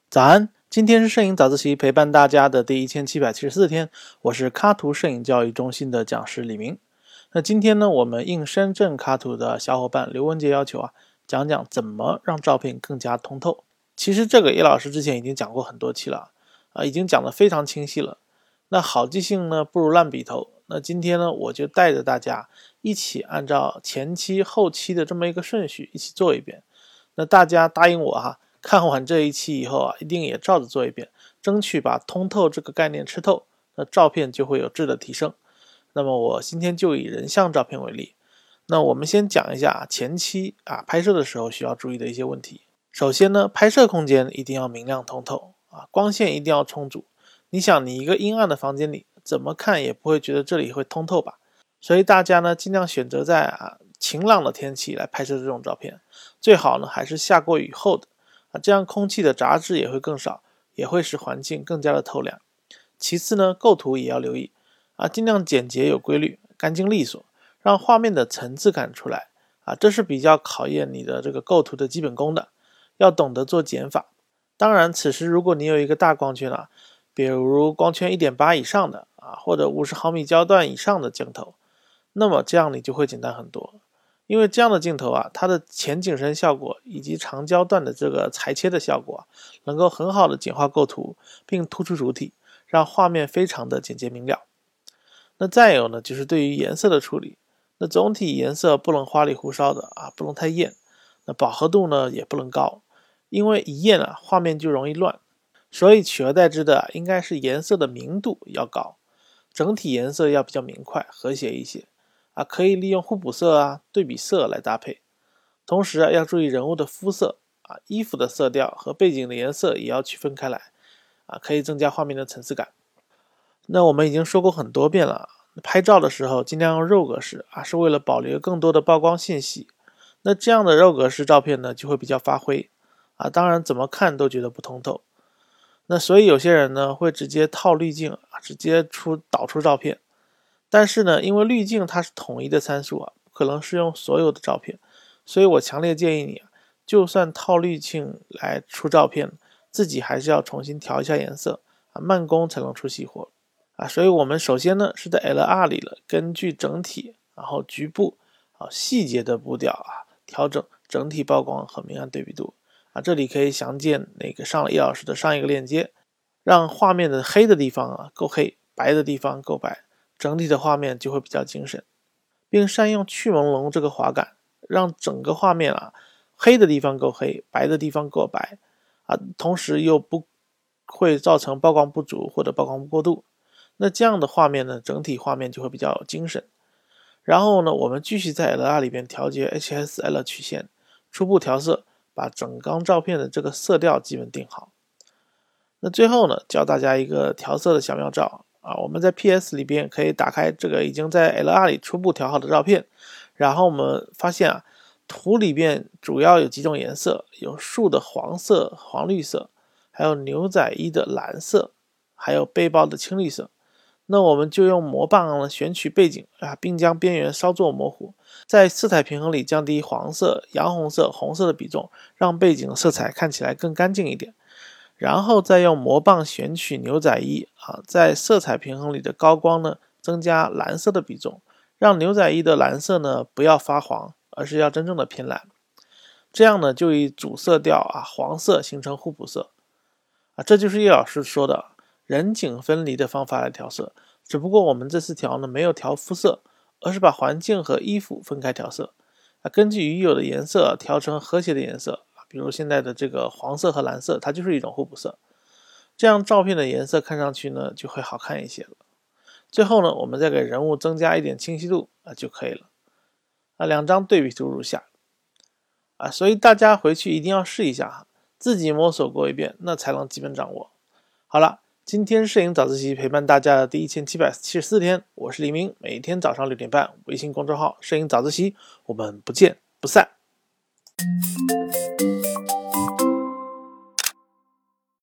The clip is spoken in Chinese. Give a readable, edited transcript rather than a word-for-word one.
早安，今天是摄影早自习陪伴大家的第1774天，我是咖图摄影教育中心的讲师李明。那今天呢，我们应深圳咖图的小伙伴刘文杰要求讲讲怎么让照片更加通透。其实这个叶老师之前已经讲过很多期了，已经讲得非常清晰了。那好记性呢不如烂笔头，那今天呢我就带着大家一起按照前期后期的这么一个顺序一起做一遍。那大家答应我看完这一期以后一定也照着做一遍，争取把通透这个概念吃透，那照片就会有质的提升。那么我今天就以人像照片为例，那我们先讲一下前期拍摄的时候需要注意的一些问题。首先呢，拍摄空间一定要明亮通透光线一定要充足。你想你一个阴暗的房间里，怎么看也不会觉得这里会通透吧？所以大家呢尽量选择在晴朗的天气来拍摄这种照片，最好呢还是下过雨后的这样空气的杂质也会更少，也会使环境更加的透亮。其次呢，构图也要留意尽量简洁有规律，干净利索，让画面的层次感出来这是比较考验你的这个构图的基本功的，要懂得做减法。当然此时如果你有一个大光圈比如光圈 1.8 以上的或者50毫米焦段以上的镜头，那么这样你就会简单很多。因为这样的镜头它的前景深效果以及长焦段的这个裁切的效果能够很好的简化构图，并突出主体，让画面非常的简洁明了。那再有呢，就是对于颜色的处理，那总体颜色不能花里胡哨的不能太艳，那饱和度呢也不能高，因为一艳画面就容易乱。所以取而代之的应该是颜色的明度要高，整体颜色要比较明快和谐一些可以利用互补色对比色来搭配。同时要注意人物的肤色衣服的色调和背景的颜色也要区分开来可以增加画面的层次感。那我们已经说过很多遍了，拍照的时候尽量用肉格式是为了保留更多的曝光信息。那这样的肉格式照片呢就会比较发灰当然怎么看都觉得不通透。那所以有些人呢会直接套滤镜直接导出照片。但是呢，因为滤镜它是统一的参数不可能适用所有的照片，所以我强烈建议你就算套滤镜来出照片，自己还是要重新调一下颜色慢工才能出细活所以我们首先呢是在 LR 里根据整体然后局部细节的步调调整整体曝光和明暗对比度这里可以详见那个上了叶老师的上一个链接，让画面的黑的地方够黑，白的地方够白，整体的画面就会比较精神，并善用去朦胧这个滑感，让整个画面黑的地方够黑，白的地方够白同时又不会造成曝光不足或者曝光过度。那这样的画面呢，整体画面就会比较精神。然后呢，我们继续在 LR 里边调节 HSL 曲线，初步调色，把整张照片的这个色调基本定好。那最后呢，教大家一个调色的小妙招我们在 PS 里边可以打开这个已经在 LR 里初步调好的照片，然后我们发现图里边主要有几种颜色，有树的黄色、黄绿色，还有牛仔衣的蓝色，还有背包的青绿色。那我们就用魔棒选取背景并将边缘稍作模糊，在色彩平衡里降低黄色、洋红色、红色的比重，让背景色彩看起来更干净一点。然后再用魔棒选取牛仔衣在色彩平衡里的高光呢增加蓝色的比重，让牛仔衣的蓝色呢不要发黄，而是要真正的偏蓝。这样呢就以主色调黄色形成互补色这就是叶老师说的人景分离的方法来调色。只不过我们这次调呢没有调肤色，而是把环境和衣服分开调色根据已有的颜色调成和谐的颜色比如现在的这个黄色和蓝色，它就是一种互补色，这样照片的颜色看上去呢就会好看一些了。最后呢，我们再给人物增加一点清晰度就可以了两张对比图如下所以大家回去一定要试一下自己摸索过一遍，那才能基本掌握。好了，今天摄影早自习陪伴大家的第1774天，我是黎明，每天早上6点半，微信公众号摄影早自习，我们不见不散。